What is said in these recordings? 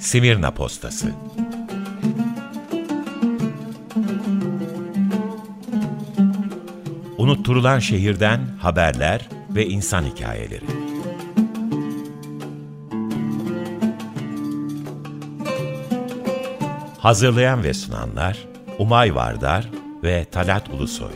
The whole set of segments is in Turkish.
Simirna Postası. Unutturulan şehirden haberler ve insan hikayeleri. Hazırlayan ve sunanlar Umay Vardar ve Talat Ulusoy.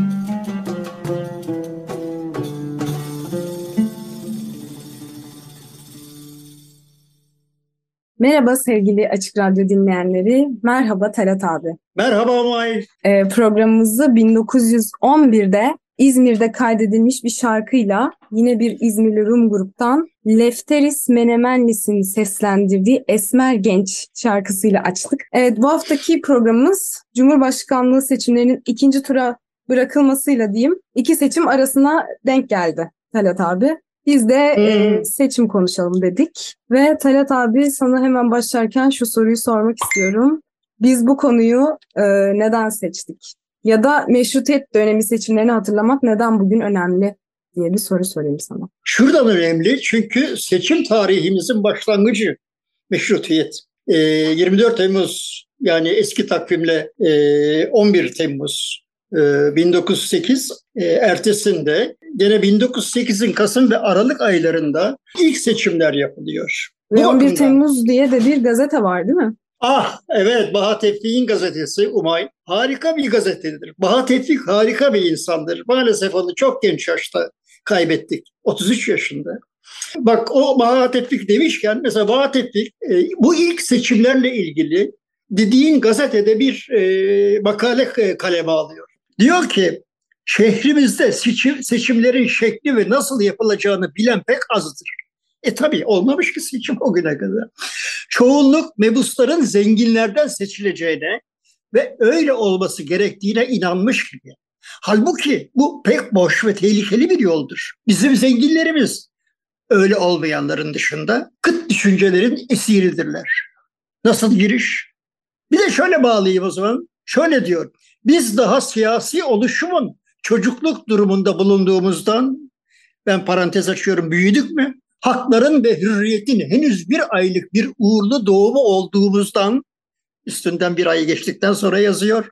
Merhaba sevgili Açık Radyo dinleyenleri. Merhaba Talat abi. Merhaba Umay. Programımızı 1911'de İzmir'de kaydedilmiş bir şarkıyla yine bir İzmirli Rum gruptan Lefteris Menemenlis'in seslendirdiği Esmer Genç şarkısıyla açtık. Evet, bu haftaki programımız Cumhurbaşkanlığı seçimlerinin ikinci tura bırakılmasıyla diyeyim, iki seçim arasına denk geldi Talat abi. Biz de seçim konuşalım dedik ve Talat abi sana hemen başlarken şu soruyu sormak istiyorum. Biz bu konuyu neden seçtik? Ya da meşrutiyet dönemi seçimlerini hatırlamak neden bugün önemli diye bir soru sorayım sana. Şuradan önemli çünkü seçim tarihimizin başlangıcı meşrutiyet. 24 Temmuz yani eski takvimle 11 Temmuz 1908 ertesinde gene 1908'in Kasım ve Aralık aylarında ilk seçimler yapılıyor. Ve 11 Temmuz diye de bir gazete var değil mi? Ah evet, Baha Tevfik'in gazetesi Umay. Harika bir gazetedir. Baha Tevfik harika bir insandır. Maalesef onu çok genç yaşta kaybettik. 33 yaşında. Bak o Baha Tevfik demişken mesela Baha Tevfik bu ilk seçimlerle ilgili dediğin gazetede bir makale kaleme alıyor. Diyor ki şehrimizde seçimlerin şekli ve nasıl yapılacağını bilen pek azdır. Tabii olmamış ki seçim o güne kadar. Çoğunluk mebusların zenginlerden seçileceğine ve öyle olması gerektiğine inanmış gibi. Halbuki bu pek boş ve tehlikeli bir yoldur. Bizim zenginlerimiz öyle olmayanların dışında kıt düşüncelerin esiridirler. Nasıl giriş? Bir de şöyle bağlayayım o zaman. Şöyle diyor. Biz daha siyasi oluşumun çocukluk durumunda bulunduğumuzdan, ben parantez açıyorum, büyüdük mü? Hakların ve hürriyetin henüz bir aylık bir uğurlu doğumu olduğumuzdan, üstünden bir ay geçtikten sonra yazıyor.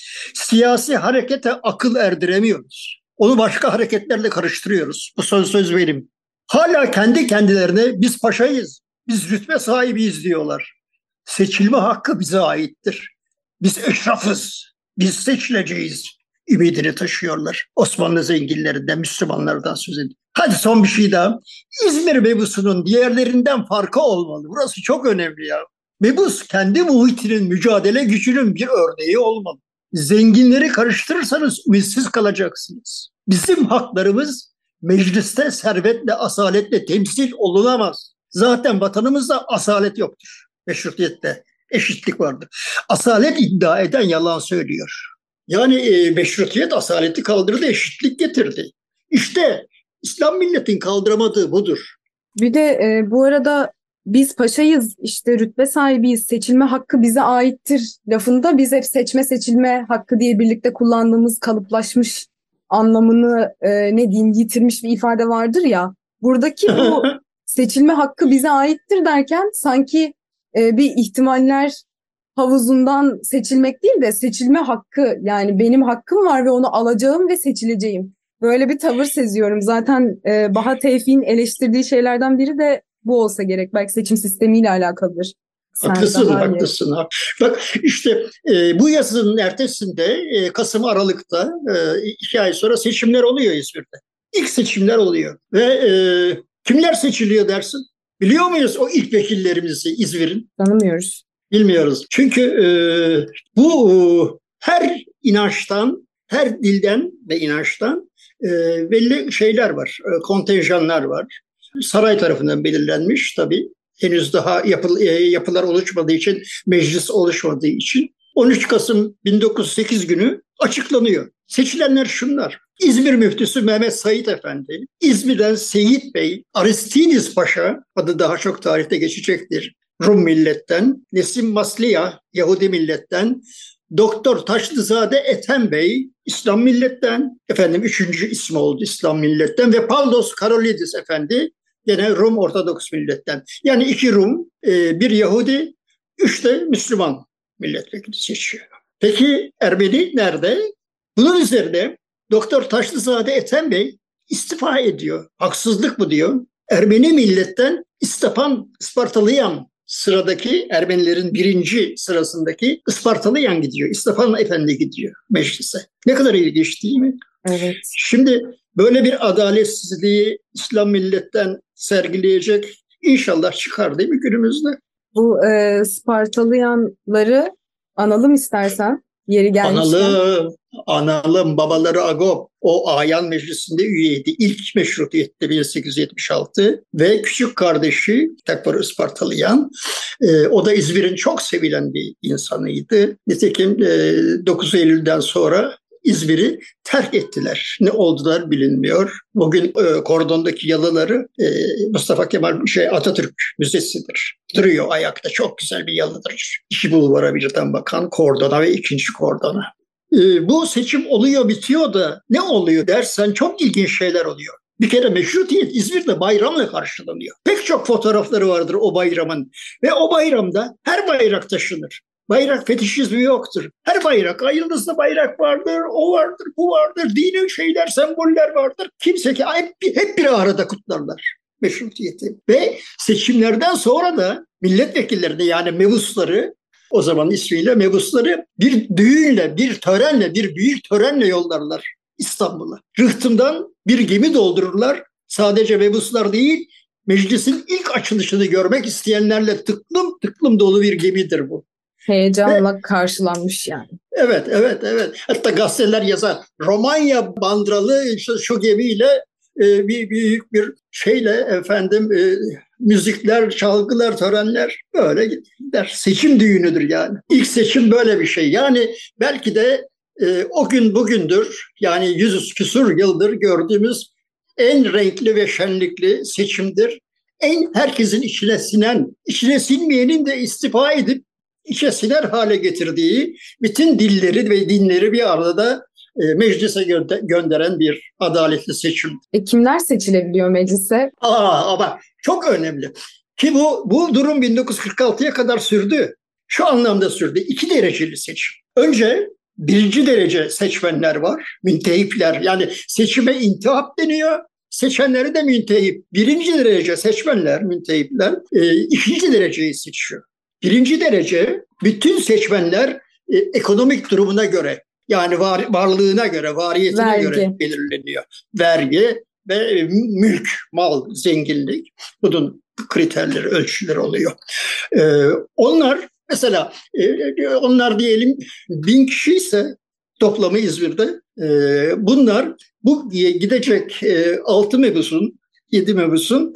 Siyasi harekete akıl erdiremiyoruz. Onu başka hareketlerle karıştırıyoruz. Bu söz benim. Hala kendi kendilerine biz paşayız, biz rütbe sahibiyiz diyorlar. Seçilme hakkı bize aittir. Biz eşrafız, biz seçileceğiz ümidini taşıyorlar. Osmanlı zenginlerinden, Müslümanlardan söz ediyor. Hadi son bir şey daha. İzmir mebusunun diğerlerinden farkı olmalı. Burası çok önemli ya. Mebus kendi muhitinin mücadele gücünün bir örneği olmalı. Zenginleri karıştırırsanız ümitsiz kalacaksınız. Bizim haklarımız mecliste servetle, asaletle temsil olunamaz. Zaten vatanımızda asalet yoktur. Meşrutiyette eşitlik vardır. Asalet iddia eden yalan söylüyor. Yani meşrutiyet asaleti kaldırdı, eşitlik getirdi. İşte İslam milletin kaldıramadığı budur. Bir de bu arada biz paşayız, işte rütbe sahibiyiz, seçilme hakkı bize aittir lafında biz hep seçme seçilme hakkı diye birlikte kullandığımız kalıplaşmış anlamını ne diyeyim yitirmiş bir ifade vardır ya. Buradaki bu seçilme hakkı bize aittir derken sanki bir ihtimaller havuzundan seçilmek değil de seçilme hakkı, yani benim hakkım var ve onu alacağım ve seçileceğim. Böyle bir tavır seziyorum. Zaten Baha Tevfik'in eleştirdiği şeylerden biri de bu olsa gerek. Belki seçim sistemiyle alakalıdır. Haklısın. Bak işte bu yazının ertesinde Kasım-Aralık'ta 2 ay sonra seçimler oluyor İzmir'de. İlk seçimler oluyor ve kimler seçiliyor dersin? Biliyor muyuz o ilk vekillerimizi İzmir'in? Tanımıyoruz. Bilmiyoruz. Çünkü bu her inançtan, her dilden ve inançtan belli şeyler var, kontenjanlar var. Saray tarafından belirlenmiş tabii. Henüz daha yapılar oluşmadığı için, meclis oluşmadığı için 13 Kasım 1908 günü açıklanıyor. Seçilenler şunlar. İzmir müftüsü Mehmet Said Efendi, İzmir'den Seyit Bey, Aristides Paşa, adı daha çok tarihte geçecektir, Rum milletten, Nesim Masliya, Yahudi milletten, Doktor Taşlızade Ethem Bey, İslam milletten, 3. ismi oldu İslam milletten ve Pavlos Karolidis Efendi, Gene Rum Ortodoks milletten. Yani 2 Rum, bir Yahudi, 3 de Müslüman milletvekili seçiyor. Peki Ermeni nerede? Bunun üzerine Doktor Taşlızade Ethem Bey istifa ediyor. Haksızlık bu diyor. Ermeni milletten Ispartalıyan sıradaki Ermenilerin 1. sırasındaki Ispartalıyan gidiyor. İstefan Efendi gidiyor meclise. Ne kadar ilginç değil mi? Evet. Şimdi böyle bir adaletsizliği İslam milletten sergileyecek inşallah çıkar değil mi günümüzde? Bu Spartalıyanları analım istersen yeri gelmişken. Analım babaları Agop o Ayan Meclisi'nde üyeydi. İlk meşrutiyette 1876 ve küçük kardeşi Tekvar Ispartalıyan. O da İzmir'in çok sevilen bir insanıydı. Nitekim 9 Eylül'den sonra İzmir'i terk ettiler. Ne oldular bilinmiyor. Bugün kordondaki yalıları Mustafa Kemal Atatürk Müzesi'dir. Duruyor ayakta. Çok güzel bir yalıdır. İki bulvara birden bakan kordona ve 2. kordona. Bu seçim oluyor bitiyor da ne oluyor dersen çok ilginç şeyler oluyor. Bir kere meşrutiyet İzmir'de bayramla karşılanıyor. Pek çok fotoğrafları vardır o bayramın. Ve o bayramda her bayrak taşınır. Bayrak fetişizmi yoktur. Her bayrak, ay yıldızlı bayrak vardır, o vardır, bu vardır, dini şeyler, semboller vardır. Kimse ki hep bir arada kutlarlar meşrutiyeti. Ve seçimlerden sonra da milletvekilleri yani mebusları, o zaman ismiyle mebusları bir düğünle, bir törenle, bir büyük törenle yollarlar İstanbul'a. Rıhtımdan bir gemi doldururlar. Sadece mebuslar değil, meclisin ilk açılışını görmek isteyenlerle tıklım tıklım dolu bir gemidir bu. Heyecanla karşılanmış yani. Evet. Hatta gazeteler yazar. Romanya bandralı işte şu gemiyle bir büyük bir şeyle müzikler, çalgılar, törenler böyle gider. Seçim düğünüdür yani. İlk seçim böyle bir şey. Yani belki de o gün bugündür yani 100 küsur yıldır gördüğümüz en renkli ve şenlikli seçimdir. Herkesin içine sinmeyenin de istifa edip içe siner hale getirdiği bütün dilleri ve dinleri bir arada meclise gönderen bir adaletli seçim. Kimler seçilebiliyor meclise? Ama çok önemli. Ki bu durum 1946'ya kadar sürdü. Şu anlamda sürdü. 2 dereceli seçim. Önce 1. derece seçmenler var. Müntehipler. Yani seçime intihap deniyor. Seçenleri de müntehip. 1. derece seçmenler, müntehipler 2. dereceyi seçiyor. 1. derece bütün seçmenler ekonomik durumuna göre yani varlığına göre, variyetine göre belirleniyor. Vergi ve mülk, mal, zenginlik bunun kriterleri, ölçüleri oluyor. Onlar mesela onlar diyelim 1000 kişi ise toplamı İzmir'de bunlar bu gidecek 6 mebusun, 7 mebusun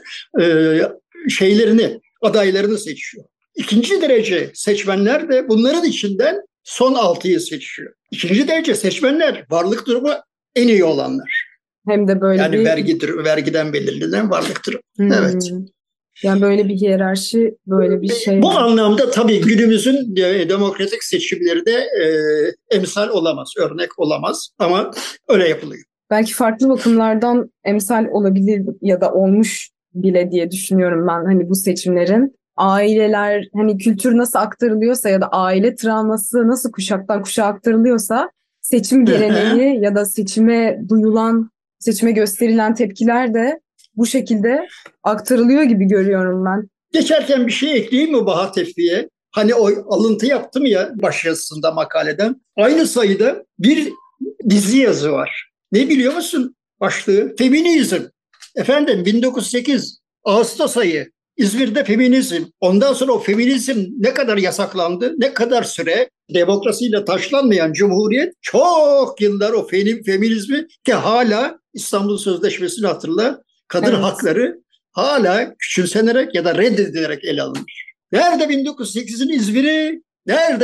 adaylarını seçiyor. 2. derece seçmenler de bunların içinden son 6'yı seçiyor. 2. derece seçmenler varlık durumu en iyi olanlar. Hem de böyle yani vergiden belirlenen varlık durumu. Evet. Yani böyle bir hiyerarşi, böyle bir şey. Bu anlamda tabii günümüzün demokratik seçimleri de emsal olamaz, örnek olamaz ama öyle yapılıyor. Belki farklı bakımlardan emsal olabilir ya da olmuş bile diye düşünüyorum ben hani bu seçimlerin. Aileler hani kültür nasıl aktarılıyorsa ya da aile travması nasıl kuşaktan kuşağa aktarılıyorsa seçim geleneği ya da seçime gösterilen tepkiler de bu şekilde aktarılıyor gibi görüyorum ben. Geçerken bir şey ekleyeyim mi Baha Tevfik'e? Hani o alıntı yaptım ya başyazısında makaleden. Aynı sayıda bir dizi yazı var. Ne biliyor musun? Başlığı feminizm. 1908 Ağustos ayı. İzmir'de feminizm. Ondan sonra o feminizm ne kadar yasaklandı, ne kadar süre demokrasiyle taşlanmayan cumhuriyet çok yıllar o feminizmi ki hala İstanbul Sözleşmesi'ni hatırla kadın hakları hala küçümsenerek ya da reddedilerek ele alınır. Nerede 1908'in İzmir'i? Nerede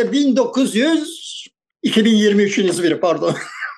2023'ün İzmir'i pardon.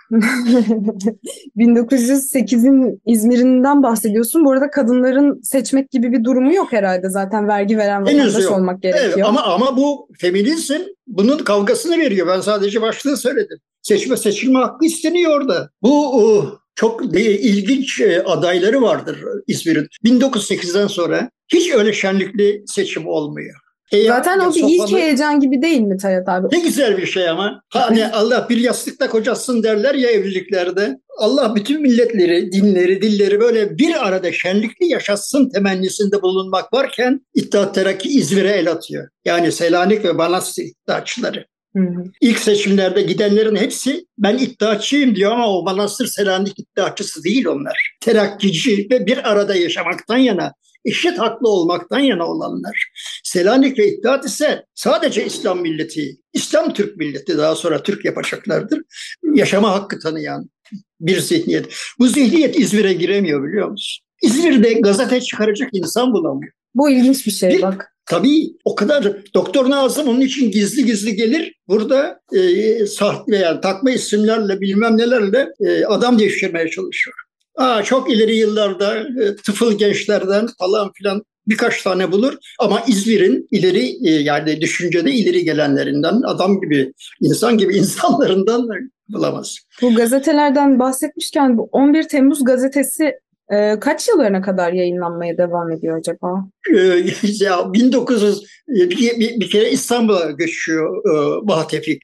1908'in İzmir'inden bahsediyorsun. Bu arada kadınların seçmek gibi bir durumu yok herhalde. Zaten vergi veren vatandaş olmak gerekiyor. Evet, ama bu feminizm bunun kavgasını veriyor. Ben sadece başlığı söyledim. Seçilme hakkı isteniyor orada. Bu çok ilginç adayları vardır İzmir'in. 1908'den sonra hiç öyle şenlikli seçim olmuyor. Zaten o bir ilk heyecan gibi değil mi Tayyip abi? Ne güzel bir şey ama. Hani Allah bir yastıkta kocasın derler ya evliliklerde. Allah bütün milletleri, dinleri, dilleri böyle bir arada şenlikli yaşatsın temennisinde bulunmak varken İttihat Terakki İzmir'e el atıyor. Yani Selanik ve Manastır iddiaçıları. İlk seçimlerde gidenlerin hepsi ben iddiaçıyım diyor ama o Manastır Selanik iddiaçısı değil onlar. Terakkici ve bir arada yaşamaktan yana, eşit haklı olmaktan yana olanlar. Selanik ve İttihat ise sadece İslam milleti, İslam Türk milleti, daha sonra Türk yapacaklardır. Yaşama hakkı tanıyan bir zihniyet. Bu zihniyet İzmir'e giremiyor biliyor musun? İzmir'de gazete çıkaracak insan bulamıyor. Bu ilginç bir şey bak. Tabii o kadar Doktor Nazım onun için gizli gizli gelir. Burada sahte veya takma isimlerle bilmem nelerle adam değiştirmeye çalışıyor. Çok ileri yıllarda tıfıl gençlerden falan filan birkaç tane bulur. Ama İzmir'in ileri yani düşüncede ileri gelenlerinden, adam gibi, insan gibi insanlarından bulamaz. Bu gazetelerden bahsetmişken bu 11 Temmuz gazetesi kaç yıllarına kadar yayınlanmaya devam ediyor acaba? 1900 bir kere İstanbul'a göçüyor Baha Tevfik.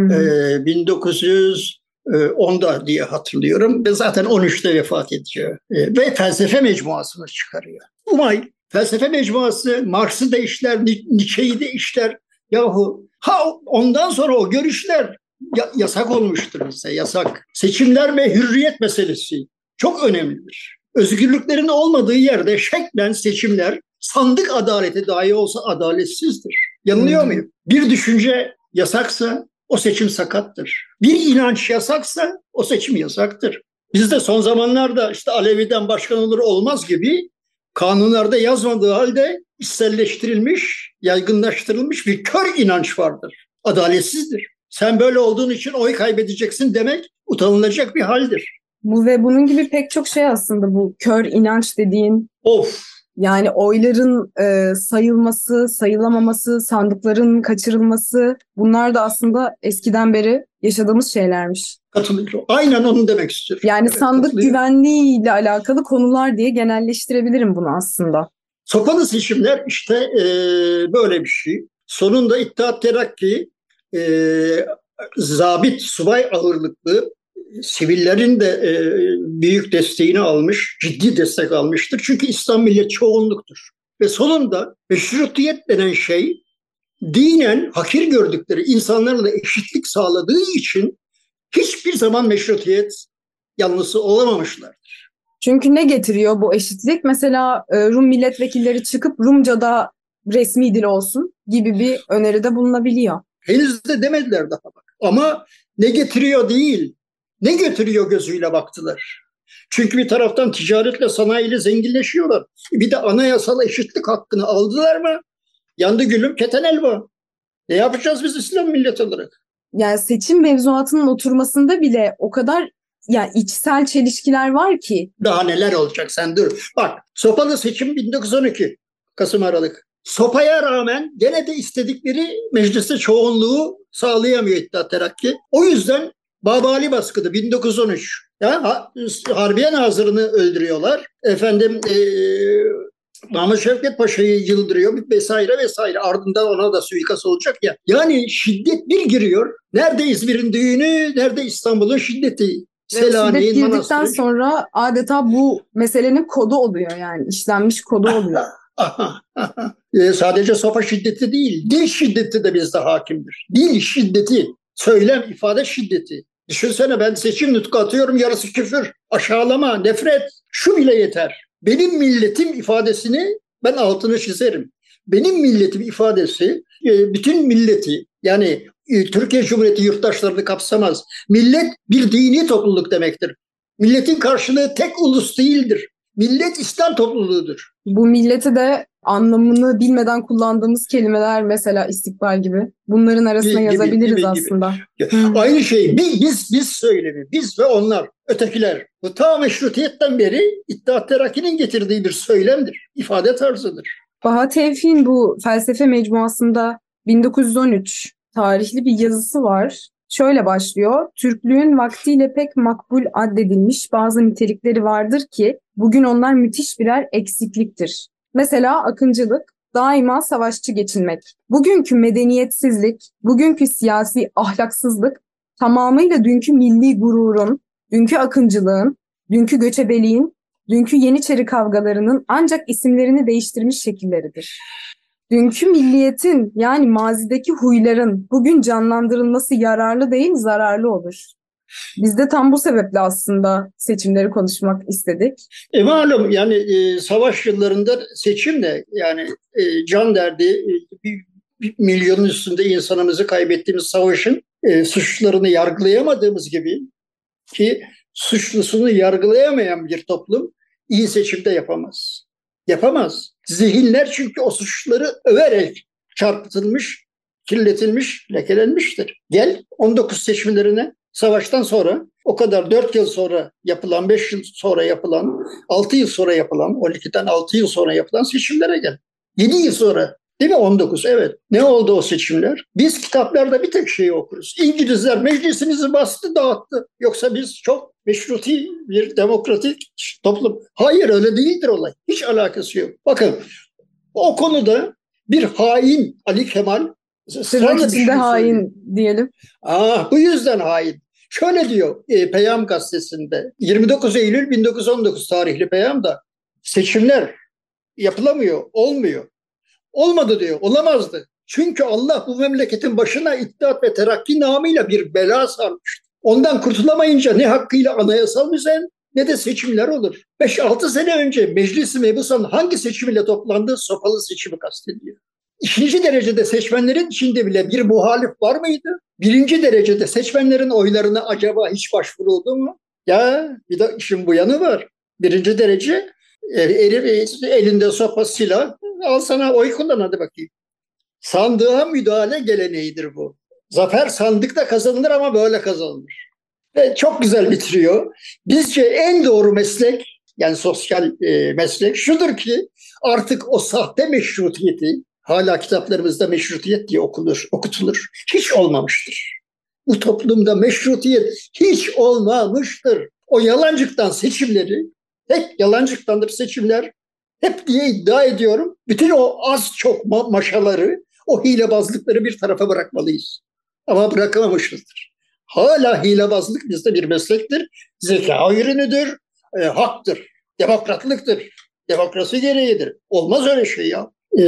1910'da diye hatırlıyorum ve zaten 13'te vefat ediyor. Ve felsefe mecmuasını çıkarıyor. Umay felsefe mecmuası Marx'ı da işler, Nietzsche'yi de işler. Yahu ondan sonra o görüşler yasak olmuştur bize, yasak. Seçimler ve hürriyet meselesi çok önemlidir. Özgürlüklerin olmadığı yerde şeklen seçimler sandık adaleti dahi olsa adaletsizdir. Yanılıyor muyum? Bir düşünce yasaksa o seçim sakattır. Bir inanç yasaksa o seçim yasaktır. Bizde son zamanlarda işte Alevi'den başkan olur olmaz gibi kanunlarda yazmadığı halde içselleştirilmiş, yaygınlaştırılmış bir kör inanç vardır. Adaletsizdir. Sen böyle olduğun için oy kaybedeceksin demek utanılacak bir haldir. Bu ve bunun gibi pek çok şey aslında bu kör inanç dediğin. Of! Yani oyların sayılması, sayılamaması, sandıkların kaçırılması bunlar da aslında eskiden beri yaşadığımız şeylermiş. Katılıyorum. Aynen onu demek istiyorum. Yani evet, sandık güvenliğiyle alakalı konular diye genelleştirebilirim bunu aslında. Sopalı seçimler işte böyle bir şey. Sonunda İttihat Terakki zabit, subay ağırlıklı sivillerin de büyük desteğini almış, ciddi destek almıştır. Çünkü İslam millet çoğunluktur. Ve sonunda meşrutiyet denen şey dinen hakir gördükleri insanlarla eşitlik sağladığı için hiçbir zaman meşrutiyet yanlısı olamamışlardır. Çünkü ne getiriyor bu eşitlik? Mesela Rum milletvekilleri çıkıp Rumca'da resmi dil olsun gibi bir öneride bulunabiliyor. Henüz de demediler daha bak. Ama ne getiriyor değil, ne götürüyor gözüyle baktılar. Çünkü bir taraftan ticaretle, sanayiyle zenginleşiyorlar. Bir de anayasal eşitlik hakkını aldılar mı? Yandı gülüm keten elva. Ne yapacağız biz İslam milleti olarak? Yani seçim mevzuatının oturmasında bile o kadar yani içsel çelişkiler var ki. Daha neler olacak sen dur. Bak sopalı seçim 1912 Kasım-Aralık. Sopaya rağmen gene de istedikleri mecliste çoğunluğu sağlayamıyor İttihat Terakki. O yüzden Babali baskını 1913. Yani Harbiye Nazırı'nı öldürüyorlar. Mahmut Şevket Paşa'yı yıldırıyor vesaire vesaire. Ardından ona da suikast olacak ya. Yani şiddet bir giriyor. Nerede İzmir'in düğünü, nerede İstanbul'un şiddeti? Şiddet girdikten sonra adeta bu meselenin kodu oluyor yani. İşlenmiş kodu oluyor. Sadece sopa şiddeti değil, dil şiddeti de bizde hakimdir. Dil şiddeti, söylem, ifade şiddeti. Düşünsene ben seçim nutku atıyorum, yarısı küfür, aşağılama, nefret. Şu bile yeter. Benim milletim ifadesini ben altını çizerim. Benim milletim ifadesi bütün milleti yani Türkiye Cumhuriyeti yurttaşlarını kapsamaz. Millet bir dini topluluk demektir. Milletin karşılığı tek ulus değildir. Millet İslam topluluğudur. Bu milleti de anlamını bilmeden kullandığımız kelimeler mesela istikbal gibi. Bunların arasına yazabiliriz aslında. Aynı şey biz söylemi, biz ve onlar, ötekiler. Bu ta meşrutiyetten beri İttihat Terakki'nin getirdiği bir söylemdir, ifade tarzıdır. Baha Tevfik'in bu felsefe mecmuasında 1913 tarihli bir yazısı var. şöyle başlıyor. Türklüğün vaktiyle pek makbul addedilmiş bazı nitelikleri vardır ki bugün onlar müthiş birer eksikliktir. Mesela akıncılık, daima savaşçı geçinmek. Bugünkü medeniyetsizlik, bugünkü siyasi ahlaksızlık tamamıyla dünkü milli gururun, dünkü akıncılığın, dünkü göçebeliğin, dünkü Yeniçeri kavgalarının ancak isimlerini değiştirmiş şekilleridir. Dünkü milliyetin yani mazideki huyların bugün canlandırılması yararlı değil, zararlı olur. Biz de tam bu sebeple aslında seçimleri konuşmak istedik. Malum yani savaş yıllarında seçimle yani can derdi bir milyonun üstünde insanımızı kaybettiğimiz savaşın suçlularını yargılayamadığımız gibi ki suçlusunu yargılayamayan bir toplum iyi seçimde yapamaz. Yapamaz. Zihinler çünkü o suçluları överek çarpıtılmış, kirletilmiş, lekelenmiştir. Gel 19 seçimlerine savaştan sonra o kadar 4 yıl sonra yapılan, 5 yıl sonra yapılan, 6 yıl sonra yapılan, 12'den 6 yıl sonra yapılan seçimlere gel. 7 yıl sonra değil mi 19? Evet. Ne oldu o seçimler? Biz kitaplarda bir tek şeyi okuruz. İngilizler meclisimizi bastı, dağıttı. Yoksa biz çok meşruti bir demokratik toplum. Hayır öyle değildir olay. Hiç alakası yok. Bakın o konuda bir hain Ali Kemal Tırnak içinde hain diyelim. Bu yüzden hain. Şöyle diyor Peyam gazetesinde 29 Eylül 1919 tarihli Peyam'da seçimler yapılamıyor, olmuyor. Olmadı diyor, olamazdı. Çünkü Allah bu memleketin başına İttihat ve Terakki namıyla bir bela sarmıştı. Ondan kurtulamayınca ne hakkıyla anayasal düzen ne de seçimler olur. 5-6 sene önce Meclis-i Mebusan hangi seçimiyle toplandı? Sopalı seçimi kastediyor. İkinci derecede seçmenlerin içinde bile bir muhalif var mıydı? Birinci derecede seçmenlerin oylarına acaba hiç başvuruldu mu? Ya bir de işin bu yanı var. Birinci derece elinde sopa, silah, al sana oy kullan hadi bakayım. Sandığa müdahale geleneğidir bu. Zafer sandıkta kazanılır ama böyle kazanılır. Ve çok güzel bitiriyor. Bizce en doğru meslek, yani sosyal meslek şudur ki artık o sahte meşrutiyeti, hala kitaplarımızda meşrutiyet diye okutulur, hiç olmamıştır. Bu toplumda meşrutiyet hiç olmamıştır. O yalancıktan seçimleri, hep yalancıktandır seçimler, hep diye iddia ediyorum. Bütün o az çok maşaları, o hilebazlıkları bir tarafa bırakmalıyız. Ama bırakamamışızdır. Hala hilebazlık bizde bir meslektir. Zeka ürünüdür, haktır, demokratlıktır. Demokrasi gereğidir. Olmaz öyle şey ya.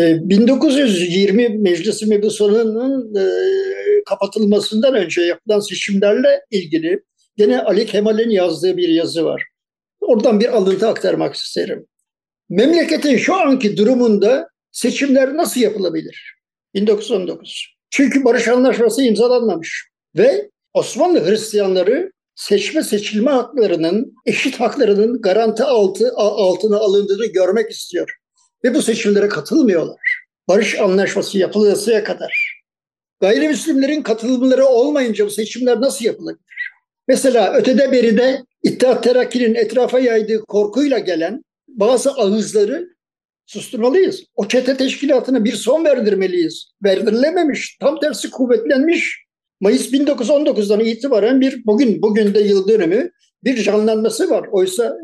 1920 Meclis-i Mebusan'ın kapatılmasından önce yapılan seçimlerle ilgili gene Ali Kemal'in yazdığı bir yazı var. Oradan bir alıntı aktarmak isterim. Memleketin şu anki durumunda seçimler nasıl yapılabilir? 1919. Çünkü barış anlaşması imzalanmamış ve Osmanlı Hristiyanları seçme seçilme haklarının, eşit haklarının garanti altına alındığını görmek istiyor. Ve bu seçimlere katılmıyorlar. Barış anlaşması yapılmasıya kadar. Gayrimüslimlerin katılımları olmayınca bu seçimler nasıl yapılabilir? Mesela ötede beride İttihat Terakki'nin etrafa yaydığı korkuyla gelen bazı ağızları susturmalıyız. O çete teşkilatına bir son verdirmeliyiz. Verdirilememiş, tam tersi kuvvetlenmiş. Mayıs 1919'dan itibaren bugün de yıl dönümü bir canlanması var. Oysa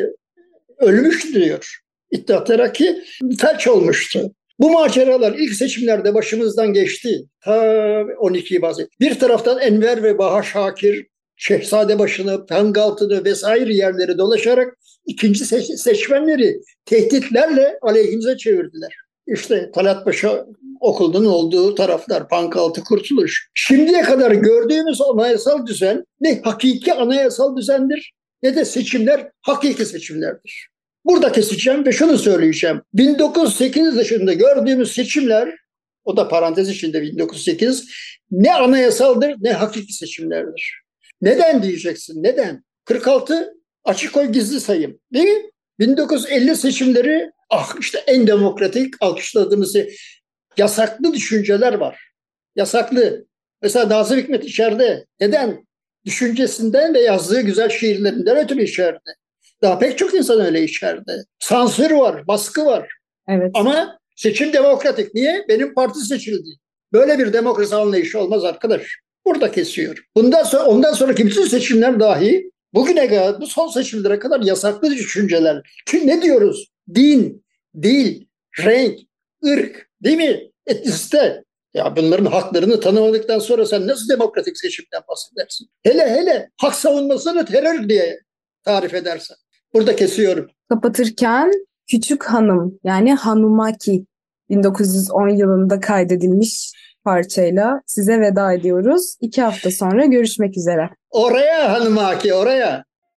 ölmüş diyor. İttihat Terakki felç olmuştu. Bu maceralar ilk seçimlerde başımızdan geçti. Ta 12'yi bahset. Bir taraftan Enver ve Baha Şakir, Şehzadebaşı'nı, Pengaltı'nı vesaire yerleri dolaşarak ikinci seçmenleri tehditlerle aleyhimize çevirdiler. İşte Talat Paşa okulunun olduğu taraflar, Pankaltı, Kurtuluş. Şimdiye kadar gördüğümüz anayasal düzen ne hakiki anayasal düzendir ne de seçimler hakiki seçimlerdir. Burada keseceğim ve şunu söyleyeceğim. 1908 dışında gördüğümüz seçimler, o da parantez içinde 1908, ne anayasaldır ne hakiki seçimlerdir. Neden diyeceksin? Neden? 46 açık oy gizli sayım değil mi? 1950 seçimleri işte en demokratik alkışladığımız yasaklı düşünceler var. Yasaklı. Mesela Nazım Hikmet içeride. Neden? Düşüncesinden ve yazdığı güzel şiirlerinden ötürü içeride. Daha pek çok insan öyle içeride. Sansür var, baskı var. Evet. Ama seçim demokratik. Niye? Benim parti seçildi. Böyle bir demokrasi anlayışı olmaz arkadaş. Burada kesiyor. Ondan sonraki bütün seçimler dahi bugüne kadar bu son seçimlere kadar yasaklı düşünceler. Çünkü ne diyoruz? Din, dil, renk, ırk, değil mi? Etnisite. Ya bunların haklarını tanımadıktan sonra sen nasıl demokratik seçimden bahsedersin? Hele hak savunmasını terör diye tarif edersen. Burada kesiyorum. Kapatırken Küçük Hanım yani Hanumaki 1910 yılında kaydedilmiş parçayla size veda ediyoruz. 2 hafta sonra görüşmek üzere. Oraya Hanımaki, oraya.